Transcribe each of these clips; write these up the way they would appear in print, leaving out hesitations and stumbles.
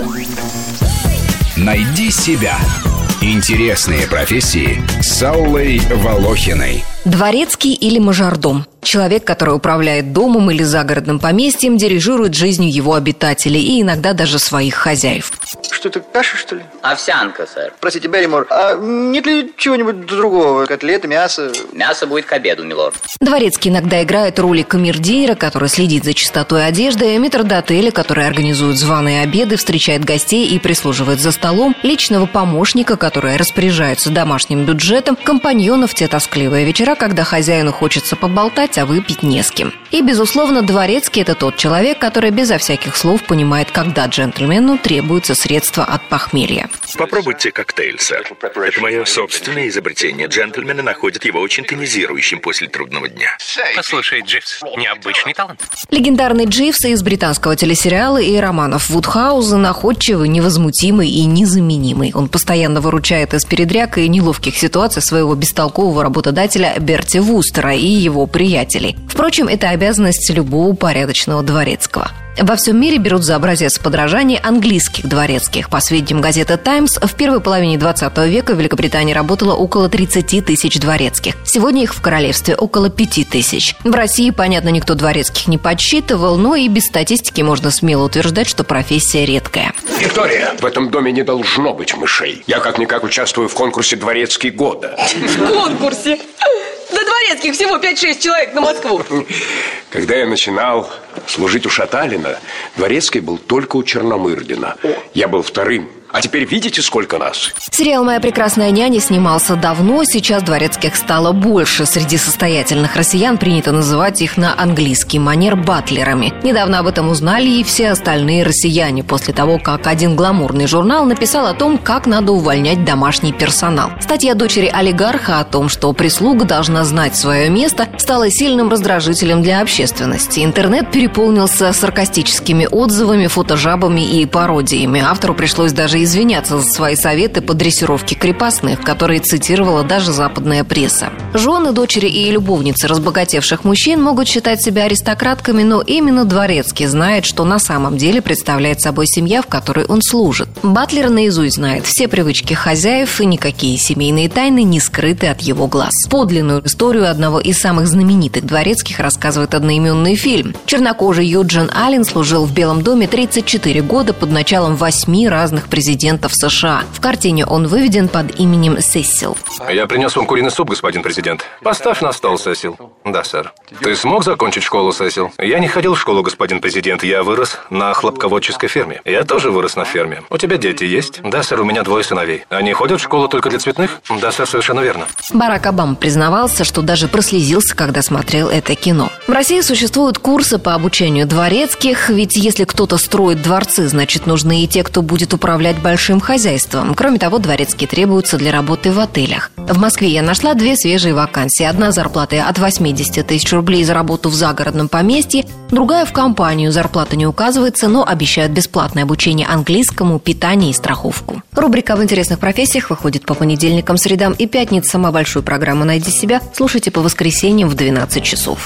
Найди себя. Интересные профессии с Аллой Волохиной. Дворецкий или мажордом? Человек, который управляет домом или загородным поместьем, дирижирует жизнью его обитателей и иногда даже своих хозяев. Что это, каша, что ли? Овсянка, сэр. Простите, Берримор, а нет ли чего-нибудь другого? Котлеты, мясо? Мясо будет к обеду, милорд. Дворецкий иногда играет роли камердинера, который следит за чистотой одежды, метрдотеля, который организует званые обеды, встречает гостей и прислуживает за столом, личного помощника, который распоряжается домашним бюджетом, компаньона в те тоскливые вечера, когда хозяину хочется поболтать, а выпить не с кем. И, безусловно, дворецкий – это тот человек, который безо всяких слов понимает, когда джентльмену требуются средства от похмелья. Попробуйте коктейль, сэр. Это мое собственное изобретение. Джентльмены находят его очень тонизирующим после трудного дня. Послушай, Дживс, необычный талант. Легендарный Дживс из британского телесериала и романов Вудхауза находчивый, невозмутимый и незаменимый. Он постоянно выручает из передряг и неловких ситуаций своего бестолкового работодателя Берти Вустера и его приятелей. Впрочем, это обязанность любого порядочного дворецкого. Во всем мире берут за образец подражания английских дворецких. По сведениям газеты «Таймс», в первой половине 20 века в Великобритании работало около 30 тысяч дворецких. Сегодня их в королевстве около 5 тысяч. В России, понятно, никто дворецких не подсчитывал, но и без статистики можно смело утверждать, что профессия редкая. Виктория, в этом доме не должно быть мышей. Я как-никак участвую в конкурсе «Дворецкий года». В конкурсе? Да дворецких всего 5-6 человек на Москву. Когда я начинал служить у Шаталина, дворецкий был только у Черномырдина. Я был вторым. А теперь видите, сколько нас? Сериал «Моя прекрасная няня» снимался давно, сейчас дворецких стало больше. Среди состоятельных россиян принято называть их на английский манер батлерами. Недавно об этом узнали и все остальные россияне, после того, как один гламурный журнал написал о том, как надо увольнять домашний персонал. Статья дочери олигарха о том, что прислуга должна знать свое место, стала сильным раздражителем для общественности. Интернет переполнился саркастическими отзывами, фотожабами и пародиями. Автору пришлось даже извиняться за свои советы по дрессировке крепостных, которые цитировала даже западная пресса. Жены, дочери и любовницы разбогатевших мужчин могут считать себя аристократками, но именно дворецкий знает, что на самом деле представляет собой семья, в которой он служит. Батлер наизусть знает все привычки хозяев, и никакие семейные тайны не скрыты от его глаз. Подлинную историю одного из самых знаменитых дворецких рассказывает одноименный фильм. Чернокожий Юджин Аллен служил в Белом доме 34 года под началом 8 разных президентов США. В картине он выведен под именем Сесил. Я принес вам куриный суп, господин президент. Поставь на стол, Сесил. Да, сэр. Ты смог закончить школу, Сесил? Я не ходил в школу, господин президент. Я вырос на хлопководческой ферме. Я тоже вырос на ферме. У тебя дети есть? Да, сэр, у меня 2 сыновей. Они ходят в школу только для цветных? Да, сэр, совершенно верно. Барак Обама признавался, что даже прослезился, когда смотрел это кино. В России существуют курсы по обучению дворецких, ведь если кто-то строит дворцы, значит, нужны и те, кто будет управлять большим хозяйством. Кроме того, дворецкие требуются для работы в отелях. В Москве я нашла 2 свежие вакансии. Одна зарплата от 80 тысяч рублей за работу в загородном поместье, другая в компанию. Зарплата не указывается, но обещают бесплатное обучение английскому, питание и страховку. Рубрика «В интересных профессиях» выходит по понедельникам, средам и пятницам. Самую большую программу «Найди себя» слушайте по воскресеньям в 12 часов.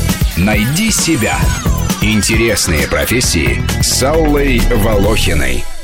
Найди себя. Интересные профессии с Аллой Волохиной.